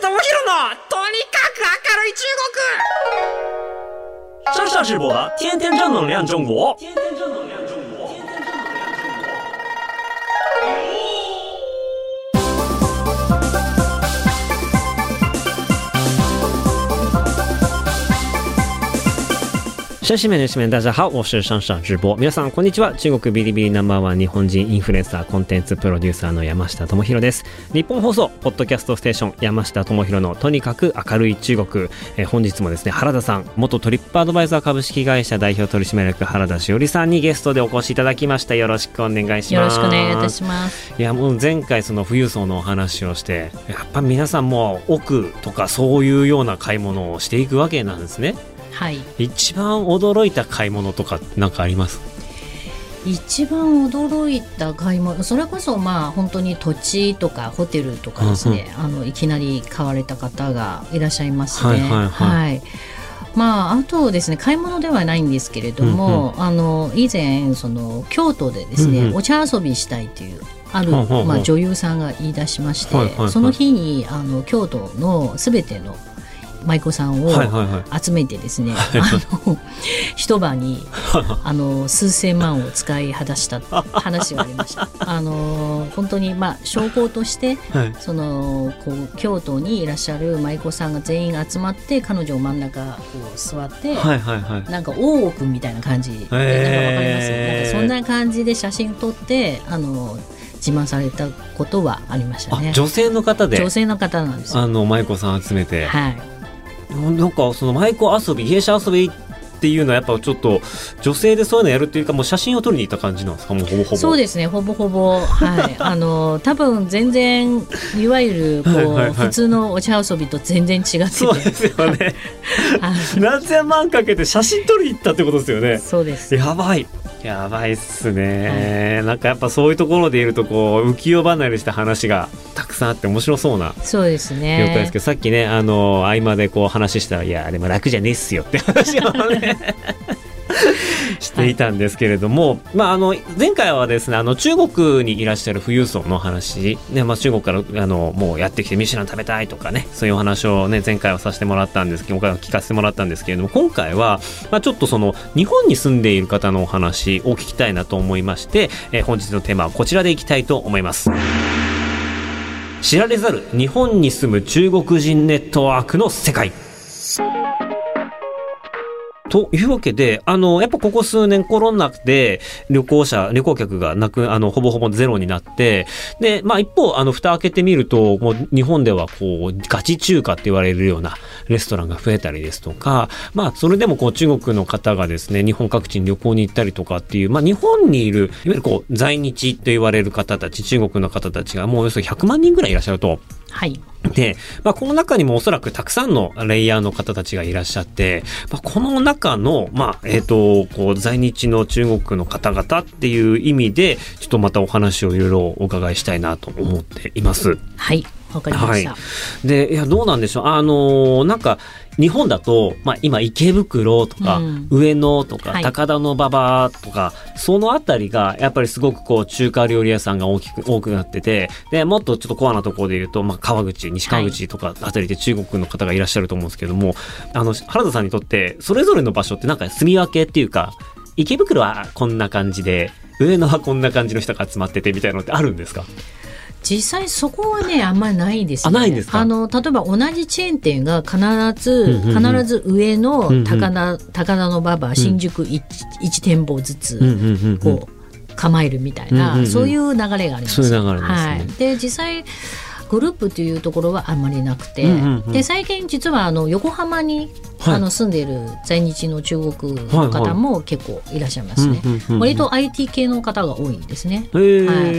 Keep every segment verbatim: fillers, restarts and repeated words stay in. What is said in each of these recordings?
智弘のとにかく明るい中国。上上直播的天天正能量中国。天天正能量中国。天天正能量中国。シメネシメン大家好，我是上上直播。皆さんこんにちは。中国ビリビリナンバーワン日本人インフルエンサーコンテンツプロデューサーの山下智博です。日本放送ポッドキャストステーション山下智博のとにかく明るい中国。えー、本日もですね原田さん、元トリップアドバイザー株式会社代表取締役原田しおりさんにゲストでお越しいただきました。よろしくお願いします。 よろしくお願いいたします。 いやもう前回その富裕層のお話をして、やっぱ皆さんも奥とかそういうような買い物をしていくわけなんですね。 はい、 一番驚いた買い物とか何かあります？ 一番驚いた買い物、それこそまあ本当に土地とかホテルとかですね、うんうん、あのいきなり買われた方がいらっしゃいますね。はいはいはいはい、まあ、あとですね買い物ではないんですけれども、うんうん、あの以前その京都でですね、うんうん、お茶遊びしたいというある、まあ、女優さんが言い出しまして、はいはいはい、その日にあの京都のすべての舞妓さんを集めてですね、はいはいはい、あの一晩にあの数千万を使い果たした話がありました。あの本当にまあ証拠として、はい、そのこう京都にいらっしゃる舞妓さんが全員集まって彼女を真ん中こう座って、はいはいはい、なんか大奥みたいな感じで、なんかわかります、なんかそんな感じで写真撮ってあの自慢されたことはありましたね。 あ、女性の方で？女性の方なんですよ。 あの舞妓さん集めて、 はい、 なんかその舞妓遊び芸者遊びっていうのはやっぱちょっと女性でそういうのやるっていうか、もう写真を撮りに行った感じなんですか？もうほぼほぼ。そうですね、 ほぼほぼ、はい、あの多分全然いわゆるこう、はいはいはい、普通のお茶遊びと全然違ってて、 そうですよね何千万かけて写真撮りに行ったってことですよね。 そうです。 やばいやばいっすね、はい、なんかやっぱそういうところでいるとこう浮世離れした話がたくさんあって面白そうなそうですね了解ですけど、さっきねあの合間でこう話したら、いやでも楽じゃねえっすよって話をねしていたんですけれども、はい、まあ、あの前回はですねあの中国にいらっしゃる富裕層の話、ね、まあ、中国からあのもうやってきてミシュラン食べたいとかね、そういうお話をね前回はさせてもらったんですけど、聞かせてもらったんですけれども、今回は、まあ、ちょっとその日本に住んでいる方のお話を聞きたいなと思いまして、えー、本日のテーマはこちらでいきたいと思います。知られざる日本に住む中国人ネットワークの世界というわけで、あのやっぱここ数年コロナで旅行者旅行客がなくあのほぼほぼゼロになって、で、まあ、一方あの蓋開けてみるともう日本ではこうガチ中華って言われるようなレストランが増えたりですとか、まあ、それでもこう中国の方がですね日本各地に旅行に行ったりとかっていう、まあ、日本にいるいわゆるこう在日と言われる方たち、中国の方たちがもうおよそひゃくまんにんぐらいいらっしゃると。 はい。 で、まあ、この中にもおそらくたくさんのレイヤーの方たちがいらっしゃって、まあ、この中の、まあ、えっと、こう、在日の中国の方々っていう意味で、ちょっとまたお話をいろいろお伺いしたいなと思っています。 はい。わかりました。 はい。で、いや、どうなんでしょう。あのー、なんか、日本だと、まあ、今池袋とか、うん、上野とか、はい、高田馬場とかそのあたりがやっぱりすごくこう中華料理屋さんが大きく多くなってて、でもっとちょっとコアなところで言うと、まあ、川口西川口とかあたりで中国の方がいらっしゃると思うんですけども、はい、あの原田さんにとってそれぞれの場所ってなんか住み分けっていうか、池袋はこんな感じで上野はこんな感じの人が集まっててみたいなのってあるんですか？ 実際そこはねあんまりないですね。 あ、ないんですか？ あの例えば同じチェーン店が必ず、うんうんうん、必ず上の高田、うんうん、高田馬場新宿 1,、うん、いち店舗ずつ、うんうんうん、こう構えるみたいな、うんうんうん、そういう流れがあります。 そういう流れですね。 はい、で実際グループというところはあんまりなくて、うんうんうん、で最近実はあの横浜に、はい、あの住んでいる在日の中国の方も結構いらっしゃいますね。はいはい、割と アイティー 系の方が多いですね。はい、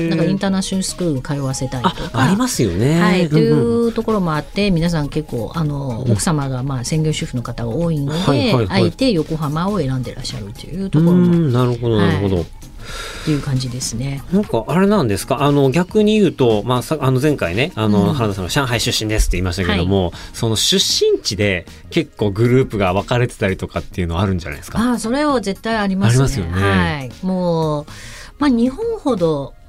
なんかインターナショナルスクール通わせたりとかあ, ありますよね。 はい、というところもあって皆さん結構あの奥様がまあ専業主婦の方が多いので、はいはいはい、あえて横浜を選んでらっしゃるというところも。 うん、なるほどなるほど。はいっていう感じですね。 なんかあれなんですか、あの逆に言うと、まあ、さあの前回ねあの、うん、原田さんが上海出身ですって言いましたけども、はい、その出身地で結構グループが分かれてたりとかっていうのはあるんじゃないですか？ ああ、それは絶対ありますね。 ありますよね。 はい、もう、まあ、日本ほど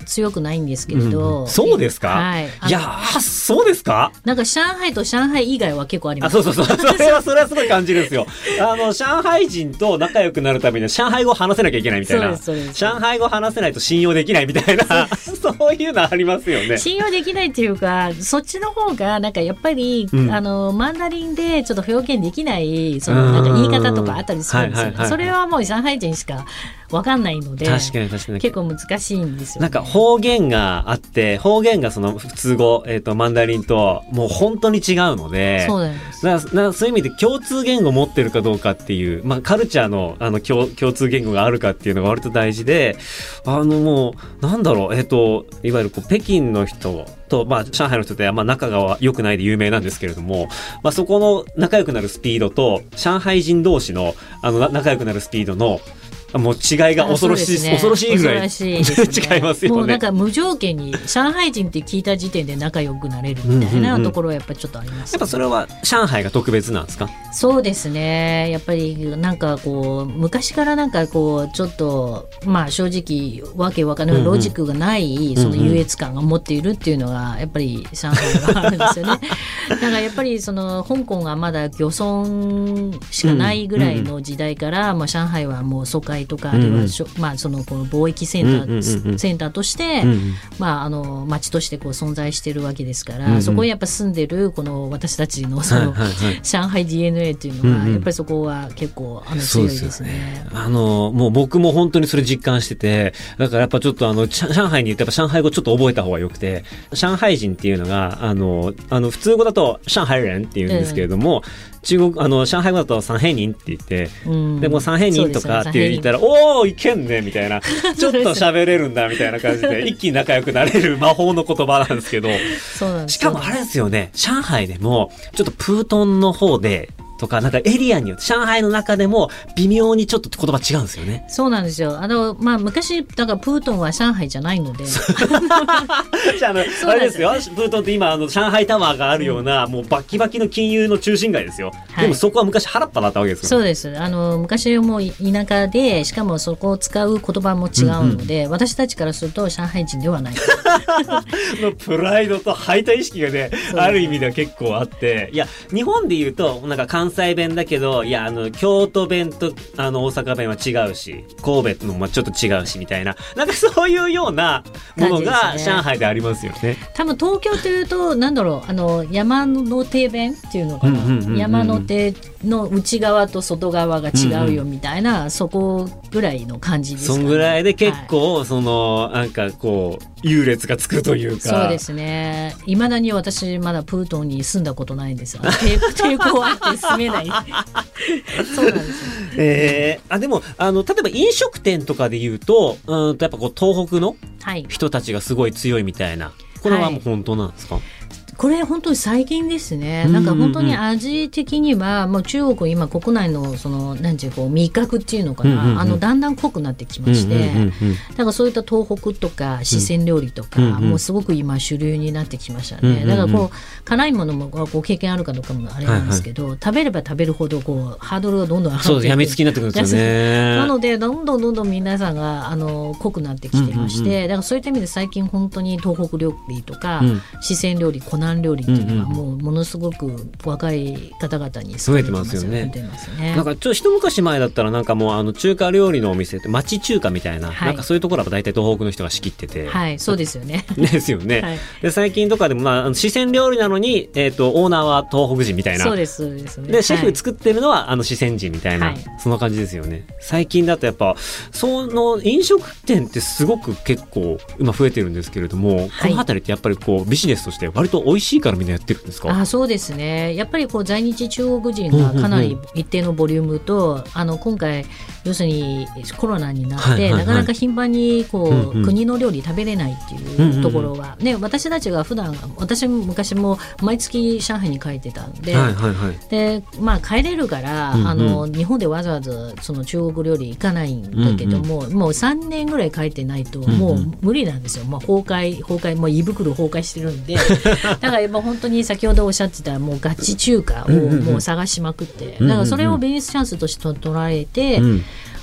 強くないんですけれど、 うんうん、そうですか、 はい、 いやそうですか。 なんか上海と上海以外は結構あります。 あ、そうそうそう、それはそれはすごい感じるんですよ。あの上海人と仲良くなるためには上海語を話せなきゃいけないみたいな、上海語話せないと信用できないみたいなそういうのありますよね。 信用できないっていうか、そっちの方がなんかやっぱり、うん、あのマンダリンでちょっと表現できないそのなんか言い方とかあったりするんですよ、はいはいはいはい、それはもう上海人しか分かんないので、 確かに確かに結構難しいんですよ、ね、 なんか方言があって、方言がその普通語、えーと、マンダリンともう本当に違うので、 そうなんです。 だからそういう意味で共通言語を持ってるかどうかっていう、まあ、カルチャーの、あの 共, 共通言語があるかっていうのが割と大事で、あのもうなんだろう、えーと、いわゆるこう北京の人と、まあ、上海の人ってあんま仲が良くないで有名なんですけれども、まあ、そこの仲良くなるスピードと上海人同士の、あの仲良くなるスピードのもう違いが恐ろしい、ね、恐ろしいぐらいしい、ね、違いますよね。 もうなんか無条件に上海人って聞いた時点で仲良くなれるみたいなところはやっぱりちょっとあります、ね、 やっぱそれは上海が特別なんですか？ そうですね、やっぱりなんかこう昔からなんかこうちょっとまあ正直わけわかんないロジックがないその優越感が持っているっていうのがやっぱり上海があるんですよね。だからやっぱりその香港がまだ漁村しかないぐらいの時代から、まあ、上海はもう疎開とかあるいは、うんうん、まあ、そのこの貿易センター、うんうんうん、センターとして、うんうん、まあ、あの町としてこう存在しているわけですから、うんうん、そこにやっぱ住んでるこの私たちのその、はいはいはい、上海 ディーエヌエー っていうのは、うんうん、やっぱりそこは結構あの強いですね。そうですよね。 あのもう僕も本当にそれ実感してて、だからやっぱちょっとあの上海に行ってやっぱ上海語ちょっと覚えた方がよくて、上海人っていうのがあのあの普通語だと上海人っていうんですけれども、うん、中国あの上海語だと三平人って言って、うん、でも三平人とかって言ったら、おーいけんねみたいなちょっと喋れるんだみたいな感じで一気に仲良くなれる魔法の言葉なんですけどそうなんです。 しかもあれですよね、上海でもちょっとプートンの方でとかなんかエリアによって上海の中でも微妙にちょっと言葉違うんですよね。 そうなんですよ。あの、まあ、昔だからプートンは上海じゃないのでじゃあ、あのあれですよ、プートンって今あの上海タワーがあるような、うん、もうバッキバキの金融の中心街ですよ、はい、でもそこは昔原っぱだったわけですよ。 そうです。あの昔も田舎でしかもそこを使う言葉も違うので、うんうん、私たちからすると上海人ではないのプライドと排他意識がねある意味では結構あって、いや日本で言うとなんか関西弁だけど、いやあの京都弁とあの大阪弁は違うし神戸のもちょっと違うしみたいな、なんかそういうようなものが上海でありますよね。 多分東京というとなんだろう、あの山手弁っていうのかな、うんうんうんうん、山手の内側と外側が違うよみたいな、うんうん、そこぐらいの感じですかね。 そんぐらいで結構、はい、そのなんかこう優劣がつくというか。 そうですね。いまだに私まだプートンに住んだことないんですよ。抵抗あって住めないそうなんですよ、 えー、あでもあの例えば飲食店とかで言うと、うん、やっぱこう東北の人たちがすごい強いみたいな、これはもう本当なんですか？はい、 これ本当に最近ですね。なんか本当に味的にはもう中国今国内のそのなんていうこう味覚っていうのかな、うんうんうん、あのだんだん濃くなってきまして、うんうんうんうん、だからそういった東北とか四川料理とか、うんうん、もうすごく今主流になってきましたね、うんうんうん、だからこう辛いものもこう経験あるかどうかもあれなんですけど、はいはい、食べれば食べるほどこうハードルがどんどん上がってそうやみつきになってくるんですよね。 なのでどんどんどんどん皆さんがあの濃くなってきてまして、うんうんうん、だからそういった意味で最近本当に東北料理とか、うん、四川料理湖南料理っていうのはもうものすごく若い方々に増えてますよね。増えてますね。なんかちょっと一昔前だったらなんかもうあの中華料理のお店って町中華みたいな、はい、なんかそういうところは大体東北の人が仕切ってて、 はい、そうですよね。 ですよね。はい、で最近とかでもまあ四川料理なのにえっとオーナーは東北人みたいな。 そうですそうですね。 でシェフ作ってるのはあの四川人みたいな、はい、そんな感じですよね。最近だとやっぱその飲食店ってすごく結構今増えてるんですけれども、はい、このあたりってやっぱりこうビジネスとして割と美味しいからみんなやってるんですか？ あ、そうですね。やっぱりこう在日中国人がかなり一定のボリュームと、うんうんうん、あの今回要するにコロナになって、はいはいはい、なかなか頻繁にこう、うんうん、国の料理食べれないっていうところは、うんうんね、私たちが普段私も昔も毎月上海に帰ってたんで、はいはいはい、でまあ、帰れるから、うんうん、あの日本でわざわざその中国料理行かないんだけども、うんうん、もうさんねんぐらい帰ってないともう無理なんですよ、まあ、崩壊崩壊もう胃袋崩壊してるんでだからやっぱ本当に先ほどおっしゃってたもうガチ中華をもう探しまくって、だからそれをビジネスチャンスとして捉えて、うん、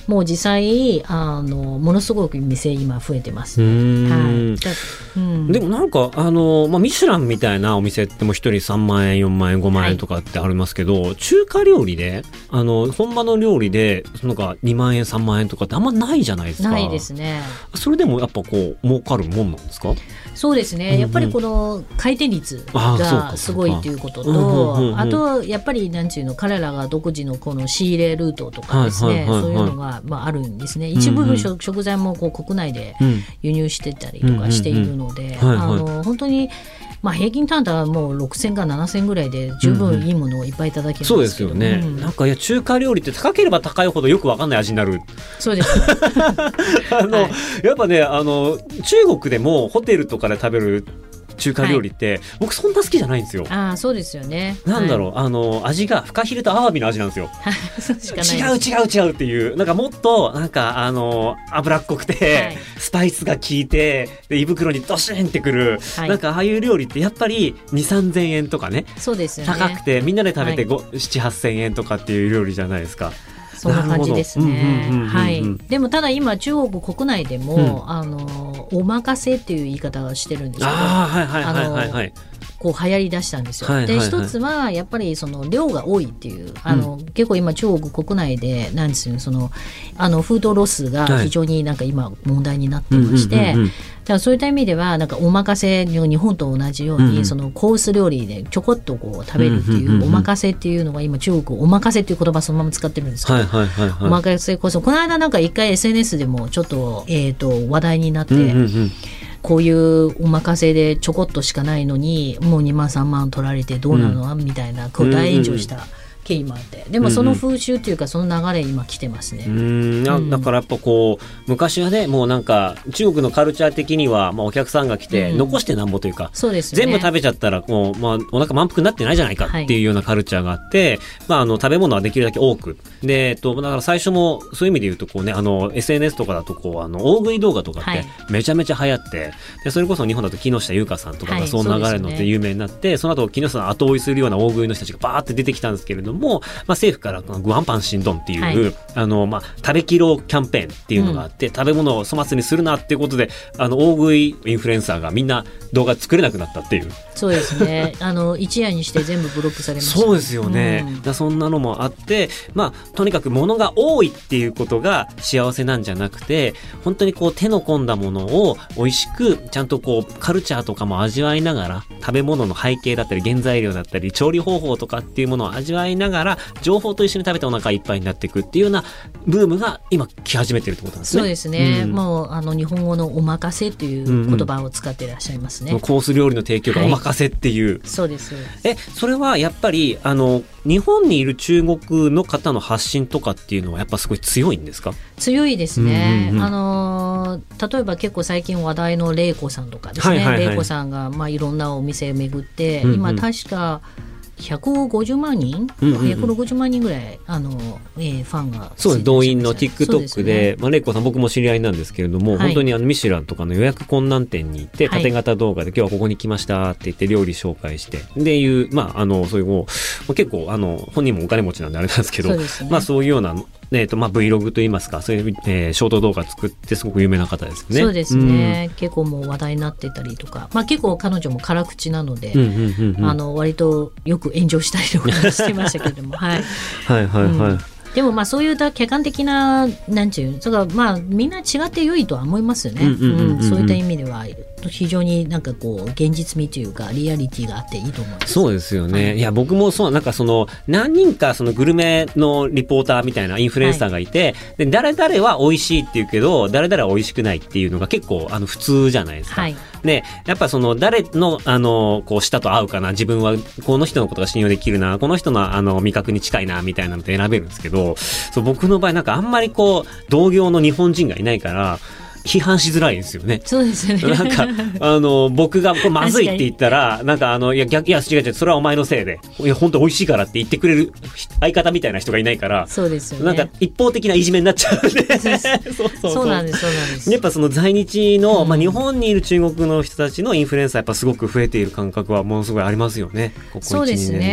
もう実際あのものすごく店今増えてます、ね、 うん、 はい、うん、 でもなんかあの、まあ、ミシュランみたいなお店ってもうひとりさんまんえんよんまんえんごまんえんとかってありますけど、はい、中華料理であの本場の料理でなんかにまんえんさんまんえんとかってあんまないじゃないですか。 ないですね。それでもやっぱこう儲かるもんなんですか？ そうですね、うんうん、やっぱりこの回転率がすごいということと、あとやっぱりなんていうの、彼らが独自のこの仕入れルートとかですね、はいはいはいはい、そういうのがまああるんですね。一部の食材もこう国内で輸入してたりとかしているので、本当にまあ、平均単価はもうろくせんからななせんぐらいで十分いいものをいっぱいいただけますけど、 うんうん、そうですよね、うん、なんかいや中華料理って高ければ高いほどよくわかんない味になる。 そうですあの、はい、やっぱねあの中国でもホテルとかで食べる中華料理って、はい、僕そんな好きじゃないんですよ。 ああ、そうですよね。 なんだろう、はい、あの味がフカヒレとアワビの味なんですよ。違う違う違うっていう、なんかもっとなんかあの脂っこくて、はい、スパイスが効いてで胃袋にドシンってくる、はい、なんかああいう料理ってやっぱりにさんぜんえんとかね、 そうですよね、 高くてみんなで食べてななはちせんえんとかっていう料理じゃないですか。 そんな感じですね。はい。でもただ今中国国内でも、うん、あのおまかせっていう言い方をしてるんですけど、 あ、はいはいはいはいはい、 こう流行り出したんですよ。 はいはいはい、 で一つはやっぱりその量が多いっていう、あの、うん、結構今中国国内でなんですよ、そのあのフードロスが非常になんか今問題になってまして、はい、うんうんうんうん、だからそういった意味ではなんかおまかせの日本と同じように、うん、そのコース料理でちょこっとこう食べるっていう、うんうんうんうん、おまかせっていうのが今中国おまかせっていう言葉そのまま使ってるんですけど、はいはいはいはい、おまかせこそこの間なんか一回 エスエヌエス でもちょっと、えーと話題になって、うんうんうん、こういうおまかせでちょこっとしかないのにもうにまんさんまん取られてどうなの、うん、みたいなこう大炎上した、うんうん、経緯もあって、でもその風習っていうかその流れ今来てますね。 うん、うん、だからやっぱこう昔はねもうなんか中国のカルチャー的には、まあ、お客さんが来て残してなんぼというか、うん、 そうですね、 全部食べちゃったらもう、まあ、お腹満腹になってないじゃないかっていうようなカルチャーがあって、はい、まあ、あの食べ物はできるだけ多くで、えっと、だから最初もそういう意味で言うとこう、ね、あの エスエヌエス とかだとこうあの大食い動画とかってめちゃめちゃ流行って、はい、でそれこそ日本だと木下優香さんとかがその流れのって有名になって、はい、そ, ね、その後木下さん後追いするような大食いの人たちがバーって出てきたんですけれども、まあ、政府からグワンパンシンドンっていう、はい、あのまあ、食べきろうキャンペーンっていうのがあって、うん、食べ物を粗末にするなっていうことであの大食いインフルエンサーがみんな動画作れなくなったっていう。 そうですねあの一夜にして全部ブロックされました。 そうですよね、うん、だそんなのもあって、まあ、とにかく物が多いっていうことが幸せなんじゃなくて本当にこう手の込んだものを美味しくちゃんとこうカルチャーとかも味わいながら食べ物の背景だったり原材料だったり調理方法とかっていうものを味わいながら情報と一緒に食べてお腹いっぱいになっていくっていうようなブームが今来始めてるってことなんですね。 そうですね、うん、もうあの日本語のおまかせっていう言葉を使っていらっしゃいますね、うんうん、 コース料理の提供がおまかせっていう、はい、 そうです。 えそれはやっぱりあの日本にいる中国の方の発信とかっていうのはやっぱすごい強いんですか？ 強いですね、うんうんうん、あの例えば結構最近話題の玲子さんとかですね、はいはいはい、玲子さんが、まあ、いろんなお店を巡って、うんうん、今確かひゃくごじゅうまんにん、うんうんうん、ひゃくろくじゅうまんにんぐらいあの、えー、ファンがそうです動員の TikTok で、ね、まあ、玲子さん僕も知り合いなんですけれども、はい、本当にあのミシュランとかの予約困難店に行って縦型動画で、はい、今日はここに来ましたって言って料理紹介してでいう、まあ、あのそういう、まあ、結構あの本人もお金持ちなんであれなんですけどそうですね、まあ、そういうようなえーとまあ、Vlog といいますかそういう、えー、ショート動画作ってすごく有名な方ですよね。 そうですね、うん、結構もう話題になってたりとか、まあ、結構彼女も辛口なので、うんうんうんうん、あの割とよく炎上したりとかしてましたけれどもはいはいはいはい、うんでもまあそういう客観的ななんていうそれがまあみんな違って良いとは思いますよね、うんうんうんうん、そういった意味では非常になんかこう現実味というかリアリティがあっていいと思います。 そうですよね、はい、いや僕もそうなんかその何人かそのグルメのリポーターみたいなインフルエンサーがいて、はい、で誰々は美味しいって言うけど誰々は美味しくないっていうのが結構あの普通じゃないですか、はい、でやっぱその誰のあのこう舌と合うかな自分はこの人のことが信用できるなこの人のあの味覚に近いなみたいなのって選べるんですけどそう僕の場合なんかあんまりこう同業の日本人がいないから批判しづらいですよね。 そうですよね。 なんかあの僕がこれまずいって言ったらなんかあのいや逆いや違う違うそれはお前のせいでいや本当美味しいからって言ってくれる相方みたいな人がいないからそうですよね。 なんか一方的ないじめになっちゃうんでそうそうそうそうなんですそうなんです。 やっぱその在日の、うんまあ、日本にいる中国の人たちのインフルエンサーやっぱすごく増えている感覚はものすごいありますよね。ここいち、 そうですね。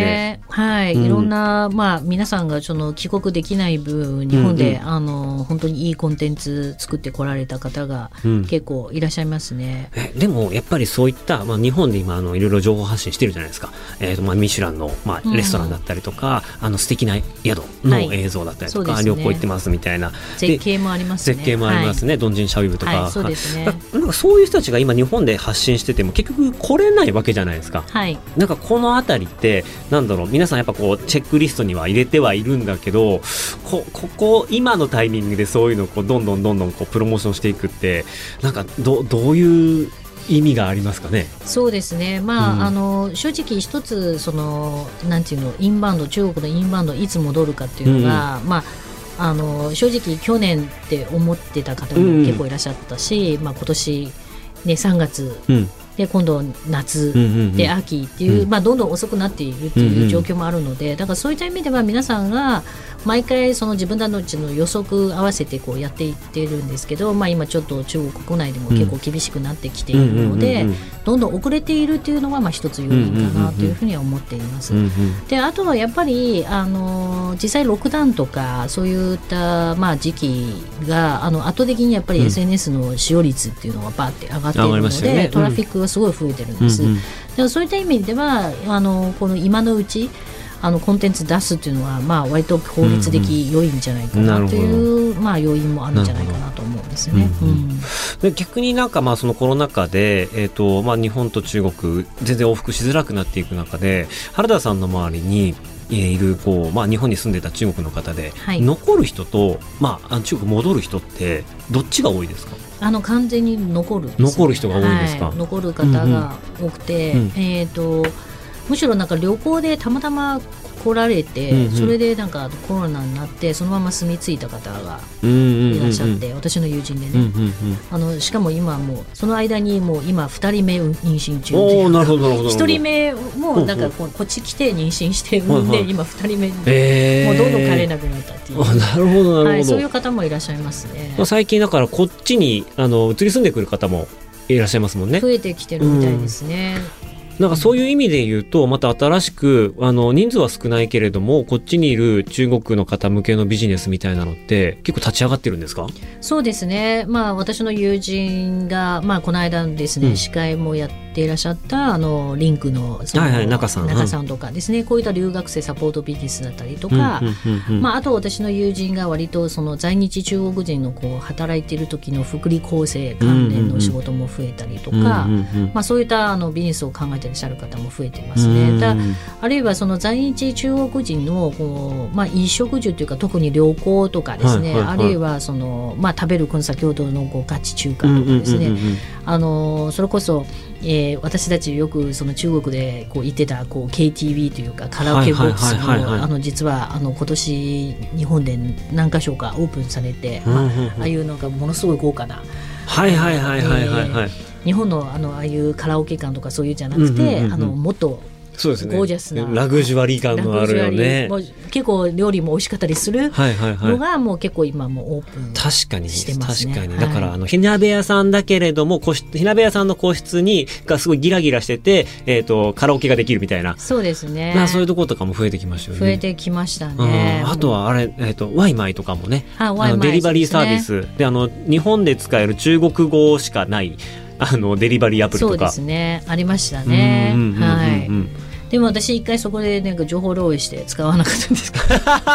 はい、うん、いろんな、まあ、皆さんがその帰国できない分日本で、うんうん、あの本当にいいコンテンツ作ってこられた方が結構いらっしゃいますね、 うん、えでもやっぱりそういった、まあ、日本で今あのいろいろ情報発信してるじゃないですか、えーとまあ、ミシュランの、まあ、レストランだったりとか、うん、あの素敵な宿の映像だったりとか、はい、旅行行ってますみたいな絶景もありますね絶景もありますね、はい、ドンジンシャオユブとか、 はい、そうですね、 なんかそういう人たちが今日本で発信してても結局来れないわけじゃないですか、 はい、 なんかこのあたりってなんだろう、皆さんやっぱこうチェックリストには入れてはいるんだけど、こここ今のタイミングでそういうのをこうどんどんどんどんこうプロモーションしていくってなんか ど, どういう意味がありますかね。 そうですね、まあうん、あの正直一つそのなんていうのインバウンド中国のインバウンドいつ戻るかっていうのが、うん、まああの正直去年って思ってた方も結構いらっしゃったし、うんまあ、今年、ね、さんがつ、うんで今度夏、うんうんうん、で秋っていう、まあ、どんどん遅くなっているっていう状況もあるので、うんうん、だからそういった意味では皆さんが毎回その自分たちの予測合わせてこうやっていってるんですけど、まあ、今ちょっと中国国内でも結構厳しくなってきているので、うんうんうんうん、どんどん遅れているっていうのはまあ一つ要因かなというふうには思っています、うんうんうん、であとはやっぱりあの実際ロックダウンとかそういったまあ時期があの圧倒的にやっぱり エスエヌエス の使用率っていうのがバーって上がっているので、ね、トラフィックがすごい増えてるんです、うんうん、でもそういった意味ではあのこの今のうちあのコンテンツ出すっていうのは、まあ、割と効率的良いんじゃないかなという、うんうんまあ、要因もあるんじゃないかなと思うんですね、うんうん、 で逆になんかまあそのコロナ禍で、えーとまあ、日本と中国全然往復しづらくなっていく中で原田さんの周りにいるこう、まあ、日本に住んでた中国の方で、はい、残る人と、まあ、中国戻る人ってどっちが多いですか。 あの完全に残る、ね、 残る人が多いですか、 はい、残る方が多くて、うんうんえーとむしろなんか旅行でたまたま来られて、うんうん、それでなんかコロナになってそのまま住み着いた方がいらっしゃって、うんうんうん、私の友人でね、うんうんうん、あのしかも今もうその間にもう今ふたりめ妊娠中で、 なるほどなるほど、 ひとりめもなんかこ, こっち来て妊娠して産んで、はいはい、今ふたりめで、えー、もうどんどん帰れなくなったっていう、 あなるほどなるほど、はい、 そういう方もいらっしゃいますね。 最近だからこっちにあの移り住んでくる方もいらっしゃいますもんね。 増えてきてるみたいですね、うんなんかそういう意味で言うとまた新しくあの人数は少ないけれどもこっちにいる中国の方向けのビジネスみたいなのって結構立ち上がってるんですか。 そうですね、まあ、私の友人が、まあ、この間ですね、うん、司会もやっていらっしゃったあのリンク の, その、はいはい、中さん中さんとかですね、うん、こういった留学生サポートビジネスだったりとか、うんうんうんうんまあ、あと私の友人が割とその在日中国人のこう働いている時の福利厚生関連の仕事も増えたりとか、うんうんうんまあ、そういったあのビジネスを考えていらっしゃる方も増えてますね。だあるいはその在日中国人のこう、まあ、衣食住というか特に旅行とかですね、はいはいはい、あるいはその、まあ、食べるこの先ほどのこうガチ中華とかですね、うんうんうんうん、あのそれこそ、えー、私たちよくその中国でこう行ってたこう ケーティーブイ というかカラオケボックスも実はあの今年日本で何か所かオープンされて、まあ、ああいうのがものすごい豪華なはいはいはいはいはい、はい、 日本の あのああいうカラオケ館とかそういうじゃなくて、うんうんうんうん、あのもっとそうですね、ゴージャスなラグジュアリー感のあるよね。 もう結構料理も美味しかったりするのがもう結構今もオープンしてますね。 確かに確かに、はい、だからあの火鍋屋さんだけれども個室火鍋屋さんの個室にがすごいギラギラしてて、えー、とカラオケができるみたいな。 そうですね、 まあ、そういうところとかも増えてきましたよね。 増えてきましたね、 うん、あとはあれ、えー、とワイマイとかもね、 あワイマイあのデリバリーサービス で,、ね、であの日本で使える中国語しかないあのデリバリーアプリとかそうですねありましたね。はい。でも私一回そこでなんか情報漏洩して使わなかったんですけど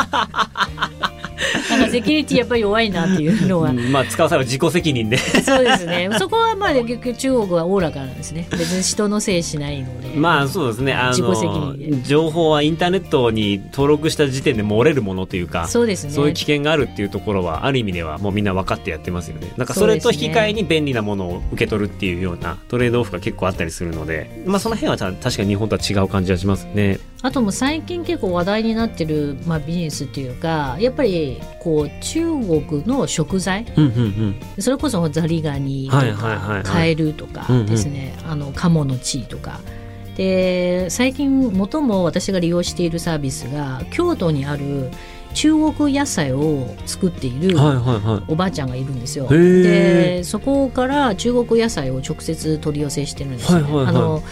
なんかセキュリティやっぱり弱いなっていうのは、うん、 まあ使う際は自己責任でそうですね、そこはまあ結局中国はおおらかなんですね。別に人のせいしないのでまあそうですね、あの自己責任で情報はインターネットに登録した時点で漏れるものというか、 そうですね、 そういう危険があるっていうところはある意味ではもうみんな分かってやってますよね。なんかそれと引き換えに便利なものを受け取るっていうようなトレードオフが結構あったりするので、まあその辺は確かに日本とは違う感じはしますね。 あとも最近結構話題になってる、まあ、ビジネスっていうかやっぱりこう中国の食材、うんうんうん、それこそザリガニとか、はいはいはいはい、カエルとかですね、うんうん、あのカモの地とかで最近最も私が利用しているサービスが京都にある中国野菜を作っているおばあちゃんがいるんですよ、はいはいはい、でそこから中国野菜を直接取り寄せしてるんですよね、はいはいはい、あの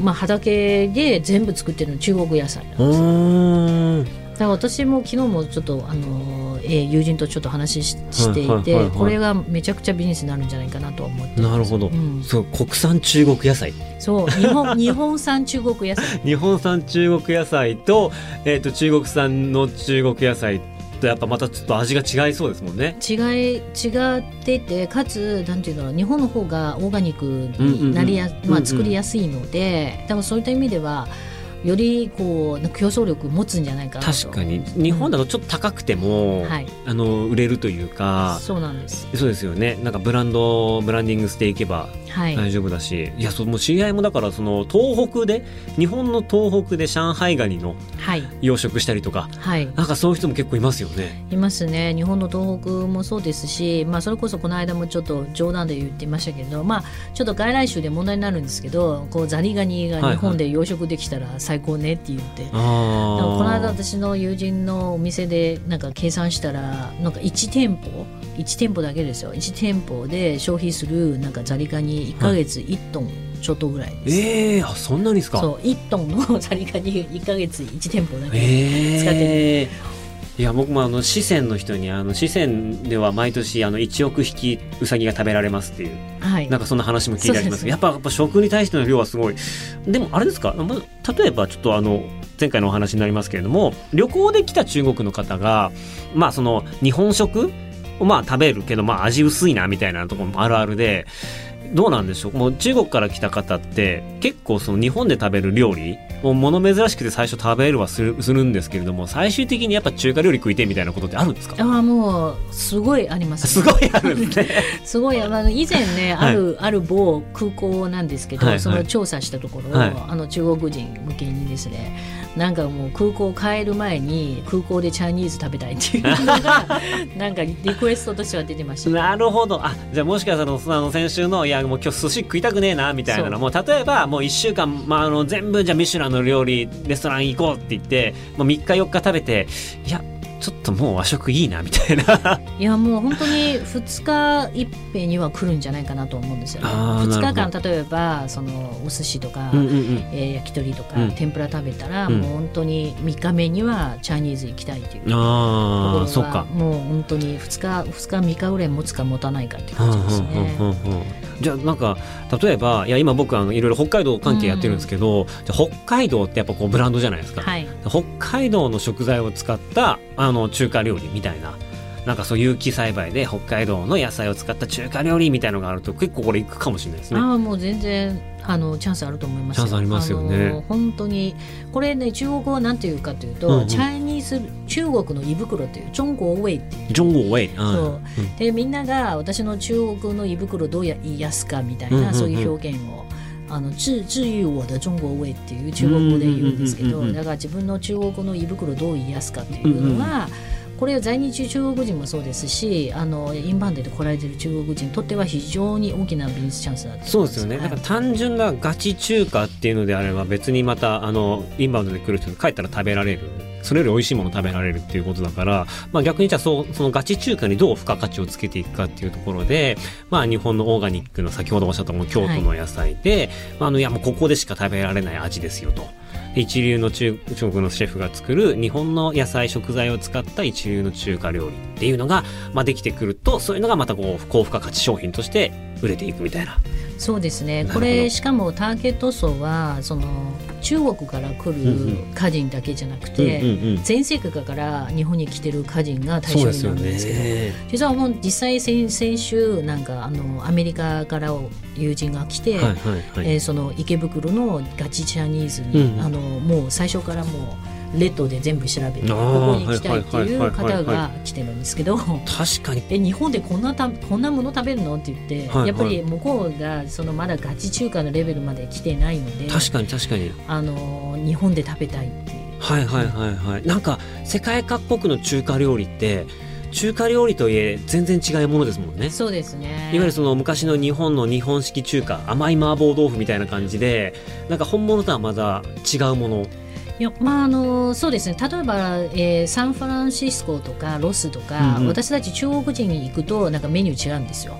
まあ、畑で全部作ってるの中国野菜なんですよ。だから私も昨日もちょっとあの、えー、友人とちょっと話 し, していて、はいはいはいはい、これがめちゃくちゃビジネスになるんじゃないかなと思って。 なるほど、うん、そう国産中国野菜、 そう日本日本産中国野菜日本産中国野菜と、えー、と中国産の中国野菜とやっぱまたちょっと味が違いそうですもんね。 違い違ってて、かつなんていうの、日本の方がオーガニックになりや、うんうんうん、まあ、作りやすいので、うんうん、多分そういった意味ではよりこう競争力持つんじゃないかなと。 確かに日本だとちょっと高くても、うん、はい、あの売れるというか。 そうなんです。 そうですよね。なんかブランドブランディングしていけば大丈夫だし、はい、いやその知り合いもだからその東北で日本の東北で上海ガニの養殖したりとか、はい、なんかそういう人も結構いますよね。 いますね。日本の東北もそうですし、まあ、それこそこの間もちょっと冗談で言ってましたけど、まあ、ちょっと外来種で問題になるんですけど、こうザリガニが日本で養殖できたら最高ねって言って、はいはい、この間私の友人のお店でなんか計算したらなんかいち店舗いち店舗だけですよ。いち店舗で消費するなんかザリガニいっかげついちトンちょっとぐらいです。 えー、あそんなにですか。 そういちトンのザリガニいっかげついち店舗だけ使ってる、えー、いや僕もあの四川の人にあの四川では毎年あのいちおく匹ウサギが食べられますっていう、はい、なんかそんな話も聞いたりしますけど、やっぱ、やっぱ食に対しての量はすごい。でもあれですか、例えばちょっとあの前回のお話になりますけれども、旅行で来た中国の方がまあその日本食をまあ食べるけど、まあ味薄いなみたいなところもあるあるで、どうなんでしょう。もう中国から来た方って結構その日本で食べる料理を物珍しくて最初食べるはする、するんですけれども、最終的にやっぱ中華料理食いてみたいなことってあるんですか。 ああもうすごいあります、 ね、すごいあるんですねすごい、あの以前ね、はい、あるある某空港なんですけど、はいはい、その調査したところ、はい、あの中国人向けにですね、なんかもう空港帰る前に空港でチャイニーズ食べたいっていうのがなんかリクエストとしては出てました。 なるほど。あ、じゃあもしかしたらその先週のいやもう今日寿司食いたくねえなみたいなのも、例えばもういっしゅうかん、まあ、あの全部じゃあミシュランの料理レストラン行こうって言ってもうみっかよっか食べて、いやちょっともう和食いいなみたいないやもう本当にふつかいっぺんには来るんじゃないかなと思うんですよね。ふつかかん例えばそのお寿司とか、うんうんうん、えー、焼き鳥とか、うん、天ぷら食べたら、うん、もう本当にみっかめにはチャイニーズ行きたいというところは、そうか、もう本当にふつかふつかみっかぐらい持つか持たないかっていう感じですね。 うんうんうんうん、じゃあなんか例えばいや今僕あのいろいろ北海道関係やってるんですけど、うん、じゃ北海道ってやっぱこうブランドじゃないですか、はい、北海道の食材を使ったあの中華料理みたいな、なんかそう有機栽培で北海道の野菜を使った中華料理みたいのがあると結構これいくかもしれないですね。 ああもう全然あのチャンスあると思いますよ。 チャンスありますよね。 本当にこれね、中国語は何ていうかというと、うんうん、チャイニーズ中国の胃袋という中国ウェイっていう、 中国ウェイ、 そう、うん、でみんなが私の中国の胃袋どうや言いやすかみたいな、うんうんうん、そういう表現をあの治治癒我的中国味っていう中国語で言うんですけど、だから自分の中国の胃袋どう言いやすかっていうのは、うんうん、これは在日中国人もそうですし、あのインバウンドで来られている中国人にとっては非常に大きなビジネスチャンスだと思います。 そうですよね、はい、なんか単純なガチ中華っていうのであれば別にまたあのインバウンドで来る人に帰ったら食べられる、それより美味しいもの食べられるっていうことだから、まあ、逆にじゃあ そ, そのガチ中華にどう付加価値をつけていくかっていうところで、まあ、日本のオーガニックの先ほどおっしゃったも京都の野菜で、はい、まあ、あのいやもうここでしか食べられない味ですよと、一流の 中, 中国のシェフが作る日本の野菜食材を使った一流の中華料理っていうのが、まあ、できてくると、そういうのがまたこう高付加価値商品として売れていくみたいな。 そうですね、これしかもターゲット層はその中国から来る家人だけじゃなくて、うんうんうん、全世界から日本に来てる家人が対象になるんですけど、ね、実はもう実際 先, 先週なんかあのアメリカから友人が来て、はいはいはい、えー、その池袋のガチチャニーズに、うん、あのもう最初からもうレッドで全部調べてここに行きたいっていう方が来てるんですけど、 確かにえ日本でこんなたこんなもの食べるのって言って、はいはい、やっぱり向こうがそのまだガチ中華のレベルまで来てないので、 確かに確かにあの日本で食べたいっていう、 はいはいはいはい、なんか世界各国の中華料理って中華料理といえ全然違うものですもんね。 そうですね。 いわゆるその昔の日本の日本式中華、甘い麻婆豆腐みたいな感じで、なんか本物とはまだ違うもの。 いや、まあ、あのそうですね、例えば、えー、サンフランシスコとかロスとか、うんうん、私たち中国人に行くとなんかメニュー違うんですよ。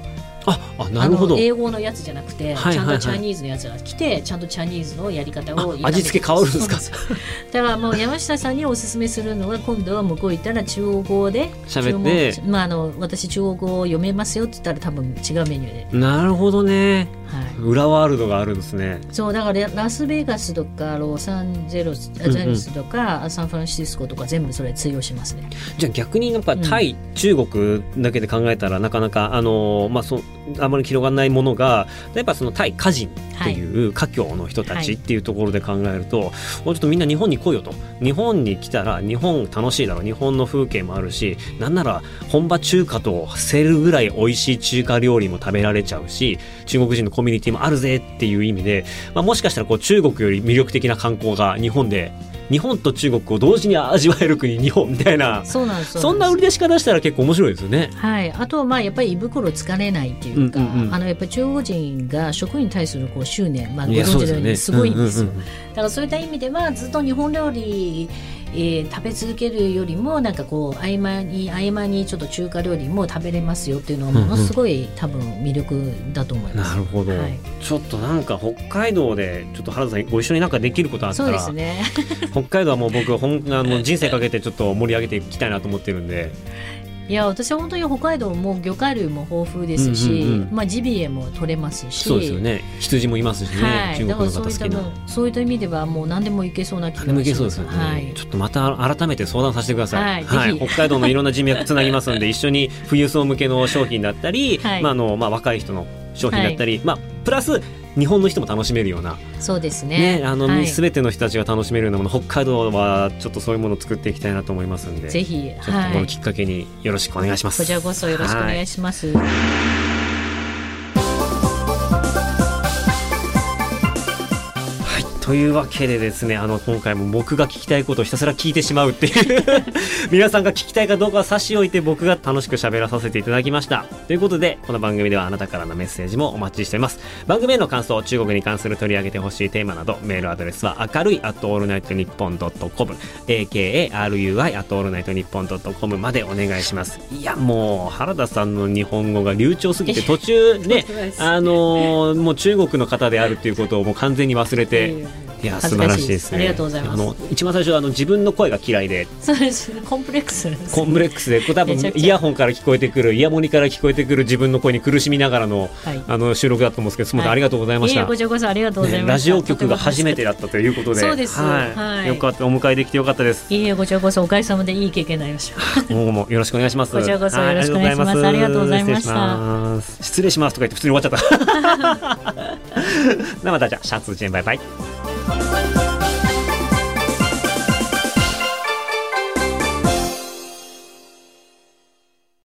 ああなるほど。 あの英語のやつじゃなくて、 はいはいはい、 ちゃんとチャニーズのやつが来てちゃんとチャニーズのやり方を味付け変わるんですか。 だからもう山下さんにおすすめするのは今度は向こう行ったら中国語で喋って、 まあ、あの私中国語を読めますよって言ったら多分違うメニューで。 なるほどね、はい、裏ワールドがあるんですね。 そうだからラスベガスとかロサンゼルス、うんうん、とかサンフランシスコとか全部それ通用しますね。 じゃあ逆にやっぱタイ、うん、中国だけで考えたらなかなかあの、まあ、そあまり広がらないものがやっぱそのタイ歌人っていう華僑の人たちっていうところで考えると、はい、もうちょっとみんな日本に来いよと。日本に来たら日本楽しいだろう、日本の風景もあるし、なんなら本場中華と競るぐらい美味しい中華料理も食べられちゃうし、中国人のコミュニティもあるぜっていう意味で、まあ、もしかしたらこう中国より魅力的な観光が日本で日本と中国を同時に味わえる国日本みたいな、 そうなんです、 そんな売り出し方したら結構面白いですよね。 はい、あとはまあやっぱり胃袋疲れないっていうか、うんうんうん、あのやっぱり中国人が食に対するこう執念、まあ、ご存知のようにすごいんですよ。だからそういった意味ではずっと日本料理えー、食べ続けるよりもなんかこう合間に合間にちょっと中華料理も食べれますよっていうのはものすごい、うんうん、多分魅力だと思います。 なるほど、はい、ちょっとなんか北海道でちょっと原田さんご一緒になんかできることあったら。 そうですね北海道はもう僕ほんあの人生かけてちょっと盛り上げていきたいなと思ってるんで。 いや私は本当に北海道も魚介類も豊富ですし、うんうんうん、まあ、ジビエも取れますし。 そうですよね、羊もいますしね、はい、中国の方好きな。 だからそういった意味ではもう何でもいけそうな気がします。 何でもいけそうですよね、はい、ちょっとまた改めて相談させてください、 はいはい、 北海道のいろんな人脈つなぎますので一緒に富裕層向けの商品だったり、はいまああのまあ、若い人の商品だったり、はいまあ、プラス日本の人も楽しめるような、 そうですね、 ね、あの、 はい、 全ての人たちが楽しめるようなもの、北海道はちょっとそういうものを作っていきたいなと思いますので、 ぜひちょっとこのきっかけによろしくお願いします、 はい、こちらこそよろしくお願いします、はい。 というわけでですね、あの今回も僕が聞きたいことをひたすら聞いてしまうっていう皆さんが聞きたいかどうかは差し置いて僕が楽しく喋らさせていただきました。ということでこの番組ではあなたからのメッセージもお待ちしています。番組への感想、中国に関する取り上げてほしいテーマなどメールアドレスは明るい アットオールナイトニッポンドットコム エーケーエーアールユーアイ アットオールナイトニッポンドットコム までお願いします。いやもう原田さんの日本語が流暢すぎて途中ねあのー、もう中国の方であるっていうことをもう完全に忘れていや素晴らしいですね。 ありがとうございます。 あの一番最初はあの自分の声が嫌いで、 そうですコンプレックスです、ね、 コンプレックスで多分イヤホンから聞こえてくるイヤモニから聞こえてくる自分の声に苦しみながらの、はい、あの収録だと思うんですけど、すみません、はい、ありがとうございました。 いえこちらこそありがとうございました、ね、 ラジオ局が初めてだったということで、 そうです、 はいはい、よかった、お迎えできてよかったです。 いえこちらこそおかげさまでいい経験になりました。 もうもうよろしくお願いします。 こちらこそよろしくお願いします。ありがとうございました。 失礼しますとか言って普通に終わっちゃった。またじゃあシャツジェンバイバイ。